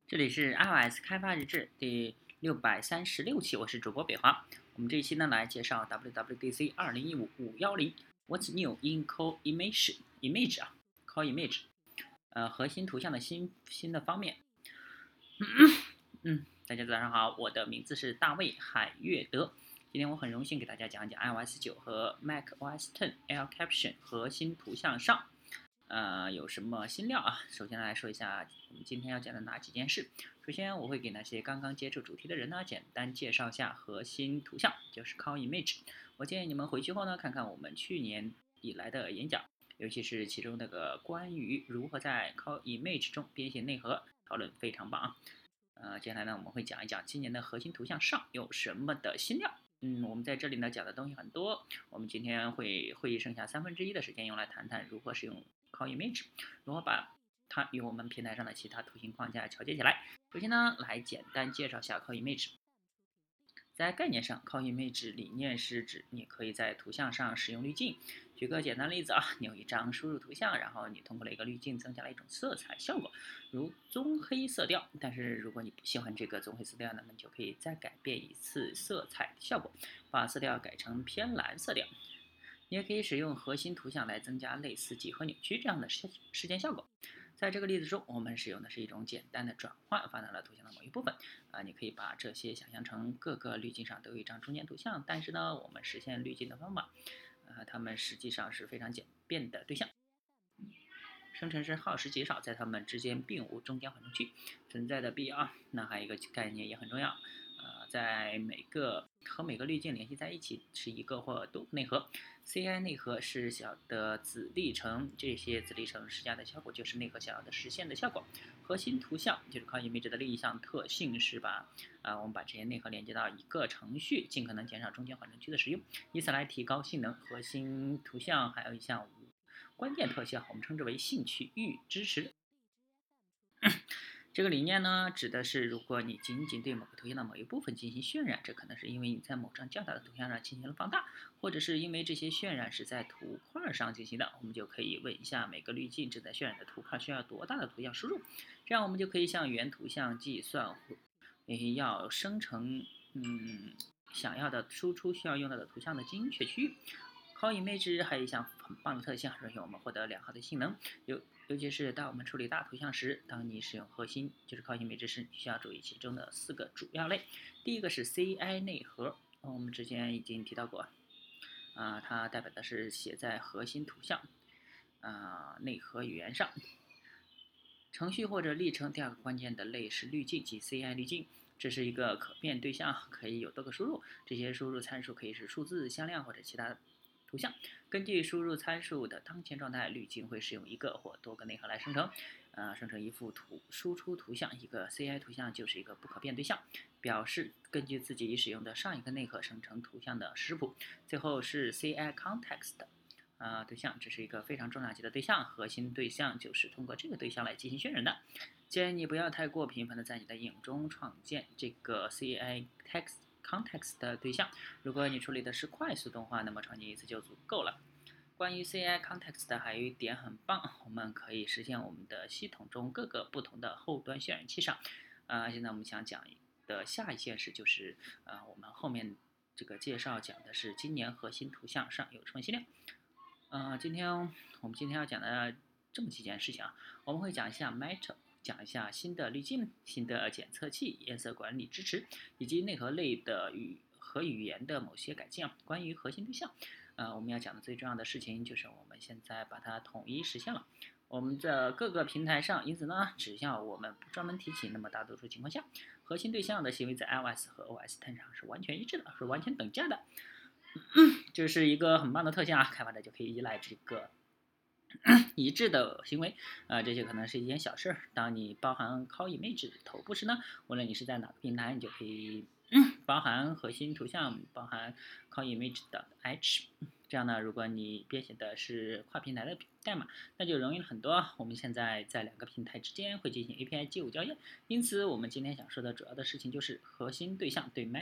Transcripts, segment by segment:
这里是 iOS 开发日志第636期，我是主播北华。我们这一期呢来介绍 WWDC 2015-510 What's New in Core Image Core Image，核心图像的新的方面。大家早上好，我的名字是大卫海月德。今天我很荣幸给大家讲讲 iOS 9和 macOS 10 Air Caption 核心图像上有什么新料啊？首先来说一下我们今天要讲的哪几件事。首先，我会给那些刚刚接触主题的人呢，简单介绍一下核心图像，就是 Core Image。我建议你们回去后呢，看看我们去年以来的演讲，尤其是其中那个关于如何在 Core Image 中编写内核，讨论非常棒啊。接下来呢，我们会讲一讲今年的核心图像上有什么的新料。我们在这里呢讲的东西很多，我们今天会议剩下1/3的时间用来谈谈如何使用 Core Image， 如何把它与我们平台上的其他图形框架桥接起来。首先呢，来简单介绍下 Core Image。在概念上 ，Core Image 理念是指你可以在图像上使用滤镜。举个简单例子啊，你有一张输入图像，然后你通过了一个滤镜增加了一种色彩效果，如棕黑色调。但是如果你不喜欢这个棕黑色调，那么你就可以再改变一次色彩效果，把色调改成偏蓝色调。你也可以使用核心图像来增加类似几何扭曲这样的事件效果。在这个例子中，我们使用的是一种简单的转换，放大了图像的某一部分。你可以把这些想象成各个滤镜上都有一张中间图像，但是呢，我们实现滤镜的方法，它们实际上是非常简便的对象。生成式耗时极少，在它们之间并无中间缓冲区存在的必要。那还有一个概念也很重要，在和每个滤镜联系在一起是一个或多个内核。CI 内核是小的子历程，这些子历程施加的效果就是内核想要的实现的效果。核心图像就是 Core Image 的另一项特性是我们把这些内核连接到一个程序，尽可能减少中间缓冲区的使用，以此来提高性能。核心图像还有一项关键特效，我们称之为兴趣域支持。这个理念呢，指的是如果你仅仅对某个图像的某一部分进行渲染，这可能是因为你在某张较大的图像上进行了放大，或者是因为这些渲染是在图块上进行的。我们就可以问一下每个滤镜正在渲染的图块需要多大的图像输入，这样我们就可以向原图像计算要生成想要的输出需要用到的图像的精确区域。Core Image 还有一项很棒的特性，让我们获得良好的性能，尤其是当我们处理大图像时，当你使用核心Core Image时，需要注意其中的4个主要类。第一个是 CI 内核，我们之前已经提到过，它代表的是写在核心图像内核语言上。程序或者历程第二个关键的类是滤镜及 CI 滤镜，这是一个可变对象，可以有多个输入，这些输入参数可以是数字、向量或者其他图像。根据输入参数的当前状态，滤镜会使用一个或多个内核来生成一幅输出图像。一个 CI 图像就是一个不可变对象，表示根据自己使用的上一个内核生成图像的食谱。最后是 CI context。对象，这是一个非常重量级的对象，核心对象就是通过这个对象来进行渲染的。建议你不要太过频繁的在你的影中创建这个 CI context 的对象。如果你处理的是快速动画，那么创建一次就足够了。关于 CI context 还有一点很棒，我们可以实现我们的系统中各个不同的后端渲染器上。现在我们想讲的下一件事就是我们后面这个介绍讲的是今年核心图像上有什么新料。我们今天要讲的这么几件事情我们会讲一下 Meta， 讲一下新的滤镜、新的检测器、颜色管理支持，以及内核类的语言的某些改进关于核心对象，我们要讲的最重要的事情就是我们现在把它统一实现了。我们的各个平台上，因此呢，只要我们不专门提起，那么大多数情况下，核心对象的行为在 iOS 和 OS X 上是完全一致的，是完全等价的。这是一个很棒的特性开发者就可以依赖这个一致的行为这些可能是一件小事。当你包含 Core Image 头部时呢，无论你是在哪个平台，你就可以包含核心图像，包含 Core Image 的 H。这样呢，如果你编写的是跨平台的代码，那就容易很多。我们现在在2个平台之间会进行 API 接入交易，因此我们今天想说的主要的事情就是核心对象对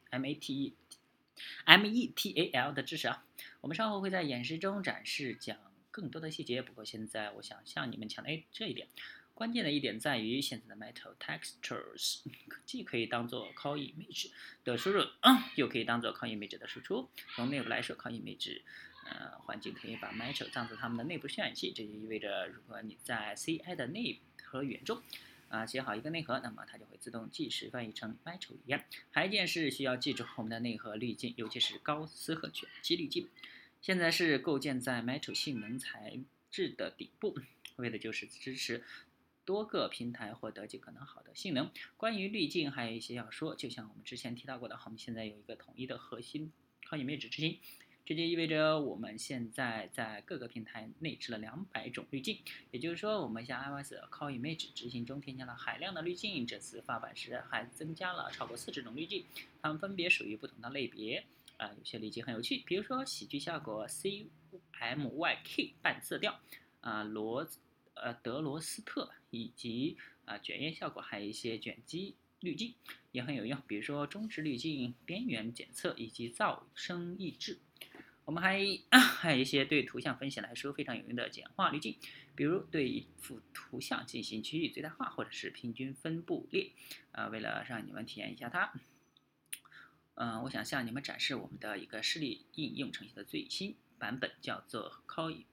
METAL 的支持我们稍后会在演示中展示讲更多的细节，不过现在我想向你们强调这一点。 关键的一点在于，现在的 Metal Textures 既可以当做 Call Image 的输入，又可以当做 Call Image 的输出。从内部来说，Call Image 环境可以把 Metal 当做它们的内部渲染器，这就意味着，如果你在 CI 的内核语言中写好一个内核，那么它就会自动即时翻译成 Metal 语言。还有一件事需要记住，我们的内核滤镜，尤其是高斯和卷积滤镜，现在是构建在 Metal 性能材质的底部，为的就是支持多个平台获得尽可能好的性能。关于滤镜还有一些要说，就像我们之前提到过的，我们现在有一个统一的核心Call Image执行。这就意味着我们现在在各个平台内置了200种滤镜，也就是说，我们向 iOS Call Image 执行中添加了海量的滤镜。这次发版时还增加了超过40种滤镜，它们分别属于不同的类别。有些滤镜很有趣，比如说喜剧效果 CMYK 半色调，德罗斯特，以及卷烟效果，还有一些卷积滤镜也很有用，比如说中置滤镜、边缘检测以及噪声抑制。我们还有一些对图像分析来说非常有用的简化滤镜，比如对一幅图像进行区域最大化，或者是平均分布列。为了让你们体验一下它，我想向你们展示我们的一个示例应用程序的最新版本，叫做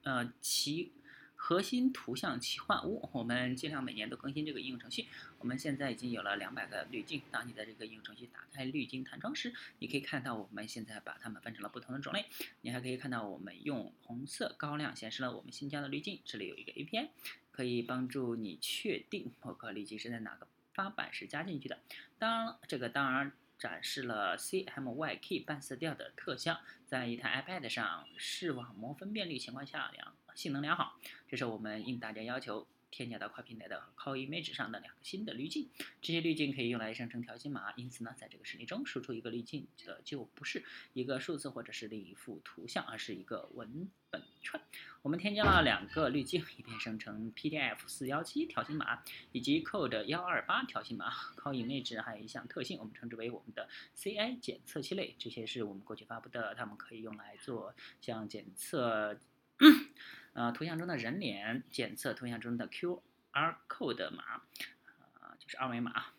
核心图像奇幻屋。我们尽量每年都更新这个应用程序。我们现在已经有了200个滤镜。当你在这个应用程序打开滤镜弹窗时，你可以看到我们现在把它们分成了不同的种类。你还可以看到我们用红色高亮显示了我们新加的滤镜。这里有一个 API， 可以帮助你确定某个滤镜是在哪个发版时加进去的。当然展示了 CMYK 半色调的特效，在一台 iPad 上视网膜分辨率情况下性能良好。这是我们应大家要求添加到跨平台的 Call Image 上的2个新的滤镜。这些滤镜可以用来生成条形码，因此呢，在这个实例中输出一个滤镜的就不是一个数字或者是另一幅图像，而是一个文本串。我们添加了2个滤镜，以便生成 PDF417 条形码以及 Code 128条形码。Call Image 还有一项特性，我们称之为我们的 CI 检测器类，这些是我们过去发布的，它们可以用来做像检测图像中的人脸，检测图像中的 QR code 码，就是二维码，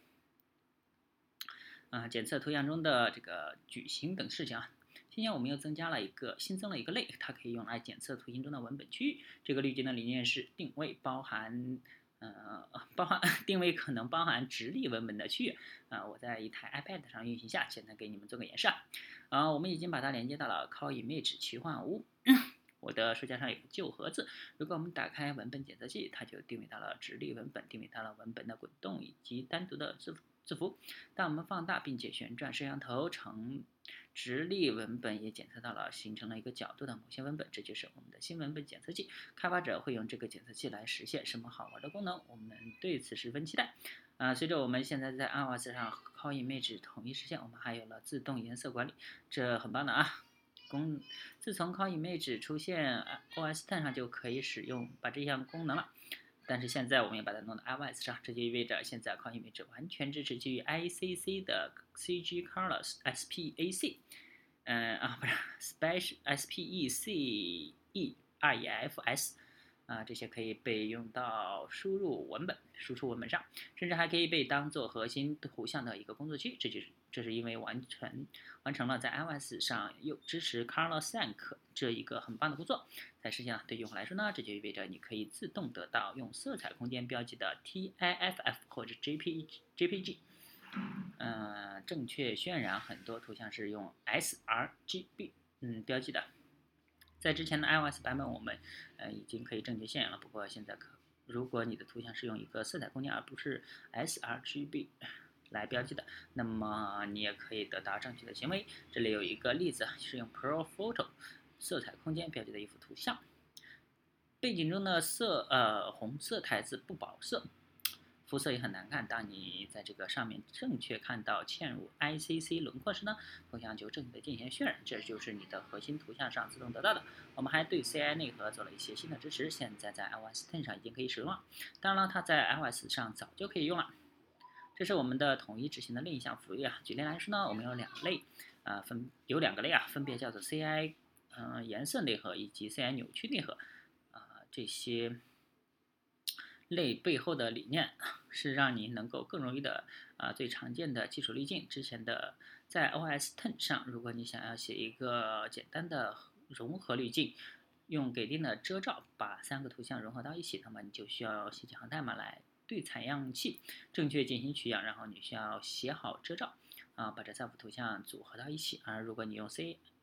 检测图像中的这个矩形等事情。今年我们又新增了一个类，它可以用来检测图形中的文本区域。这个滤镜的理念是定位定位可能包含直立文本的区域。我在一台 iPad 上运行下，简单给你们做个演示。我们已经把它连接到了 Call Image 奇幻屋。我的书架上有个旧盒子，如果我们打开文本检测器，它就定位到了直立文本，定位到了文本的滚动以及单独的字符。当我们放大并且旋转摄像头，直立文本也检测到了，形成了一个角度的某些文本，这就是我们的新文本检测器。开发者会用这个检测器来实现什么好玩的功能？我们对此十分期待。随着我们现在在 iOS 上 Call Image 统一实现，我们还有了自动颜色管理，这很棒的啊！自从 Call Image 出现 OS X 上就可以把这项功能了，但是现在我们也把它弄到 iOS 上，这就意味着现在 Call Image 完全支持基于 ICC 的 CG Colors SPAC，不是 SPECEREFS。这些可以被用到输出文本上，甚至还可以被当做核心图像的一个工作区。这是因为完成了在 iOS 上又支持 Color Sync 这一个很棒的工作。在实际上，对用户来说呢，这就意味着你可以自动得到用色彩空间标记的 TIFF 或者 JPG。正确渲染很多图像是用 sRGB 标记的。在之前的 iOS 版本，我们已经可以正确渲染了。不过现在如果你的图像是用一个色彩空间而不是 sRGB 来标记的，那么你也可以得到正确的行为。这里有一个例子，是用 ProPhoto 色彩空间标记的一幅图像，背景中的红色台子不保色，肤色也很难看。当你在这个上面正确看到嵌入 ICC 轮廓时呢，图像就正确的进行渲染，这就是你的核心图像上自动得到的。我们还对 CI 内核做了一些新的支持，现在在 iOS X 上已经可以使用了。当然了，它在 iOS 上早就可以用了。这是我们的统一执行的另一项福利啊。举例来说呢，我们有2类，有2个类啊，分别叫做 CI 颜色内核以及 CI 扭曲内核。这些类背后的理念是让你能够更容易的最常见的基础滤镜。之前的在 OS X 上，如果你想要写一个简单的融合滤镜，用给定的遮罩把3个图像融合到一起，那么你就需要写几行代码来对采样器正确进行取样，然后你需要写好遮罩把这3幅图像组合到一起。而如果你用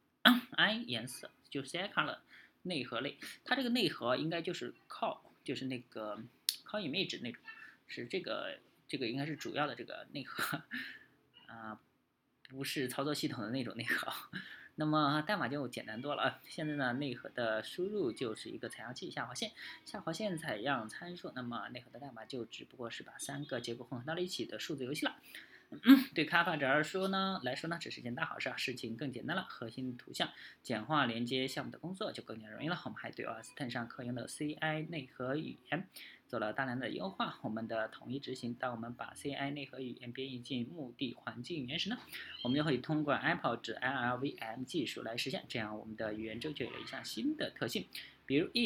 CI 颜色，就是 CI color 内核类，它这个内核应该就是就是那个 Core Image 那种，是这个应该是主要的这个内核不是操作系统的那种内核。那么代码就简单多了。现在呢，内核的输入就是一个采样器下划线，下划线采样参数。那么内核的代码就只不过是把3个结果混合到了一起的数字游戏了。对开发者来说呢，这是件大好事，事情更简单了。核心图像简化连接项目的工作就更加容易了。我们还对 OS X 上可用的 CI 内核语言做了大量的优化。我们的统一执行，当我们把 CI 内核语言编译进目的环境语言时呢，我们就可以通过 Apple 至 LLVM 技术来实现。这样我们的语言就有了一项新的特性，比如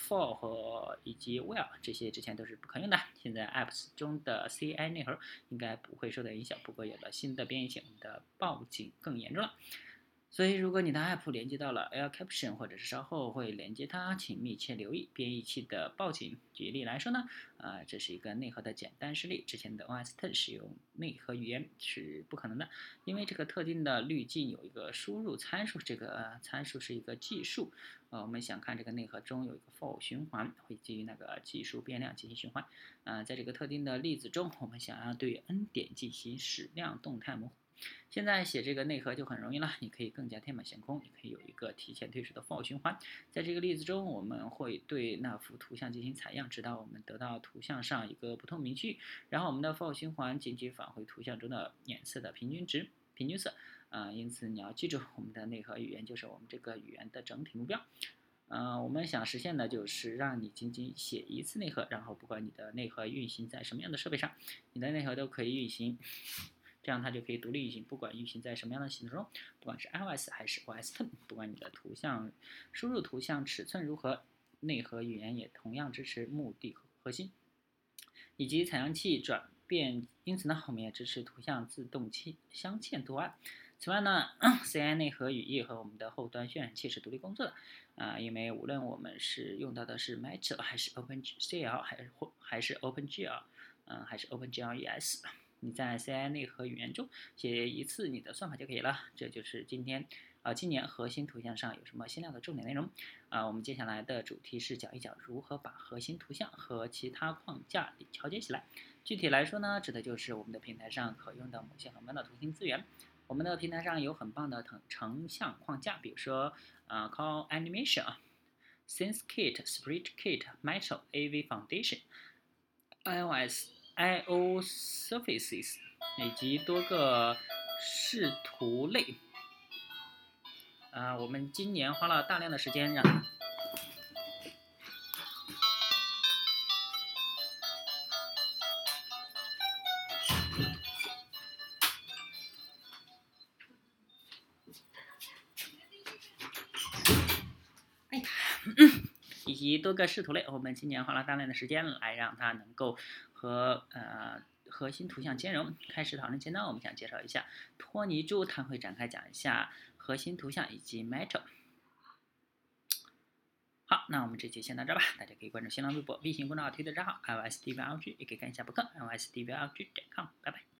if、for 以及 while 这些之前都是不可用的。现在 Apps 中的 CI 内核应该不会受到影响，不过有了新的编译性，我们的报警更严重了。所以，如果你的 App 连接到了 Air Caption， 或者是稍后会连接它，请密切留意编译器的报警。举例来说呢，这是一个内核的简单实例。之前的 OS X 使用内核语言是不可能的，因为这个特定的滤镜有一个输入参数，这个参数是一个计数。我们想看这个内核中有一个 for 循环，会基于那个计数变量进行循环。在这个特定的例子中，我们想要对 n 点进行矢量动态模糊。现在写这个内核就很容易了，你可以更加天马行空，你可以有一个提前推迟的 for 循环。在这个例子中，我们会对那幅图像进行采样，直到我们得到图像上一个不透明区域，然后我们的 for 循环仅仅返回图像中的颜色的平均色。因此你要记住，我们的内核语言就是我们这个语言的整体目标。我们想实现的就是让你仅仅写一次内核，然后不管你的内核运行在什么样的设备上，你的内核都可以运行。这样它就可以独立运行，不管运行在什么样的系统中，不管是 iOS 还是 OS X， 不管你的图像输入图像尺寸如何，内核语言也同样支持目的和核心，以及采样器转变。因此呢，我们也支持图像自动镶嵌图案。此外呢，CI 内核语义和我们的后端渲染器是独立工作的因为无论我们是用到的是 Metal 还是 OpenCL 还是 OpenGL，还是 OpenGLES。你在 CI 内核语言中写一次你的算法就可以了。这就是今年核心图像上有什么新料的重点内容我们接下来的主题是讲一讲如何把核心图像和其他框架调节起来。具体来说呢，指的就是我们的平台上可用的某些很棒的图形资源。我们的平台上有很棒的成像框架，比如说Call Animation、SenseKit、SplitKit、Metal、AV Foundation、iOS、IO Surfaces 以及多个视图类。我们今年花了大量的时间让以及多个视图类，我们今年花了大量的时间来让它能够和核心图像兼容。开始讨论前呢，我们想介绍一下托尼猪，他会展开讲一下核心图像以及 Metal。好，那我们这期先到这吧。大家可以关注新浪微博、微信公众号推特账号 LSDVLG， 也可以看一下博客 LSDVLG.com。拜拜。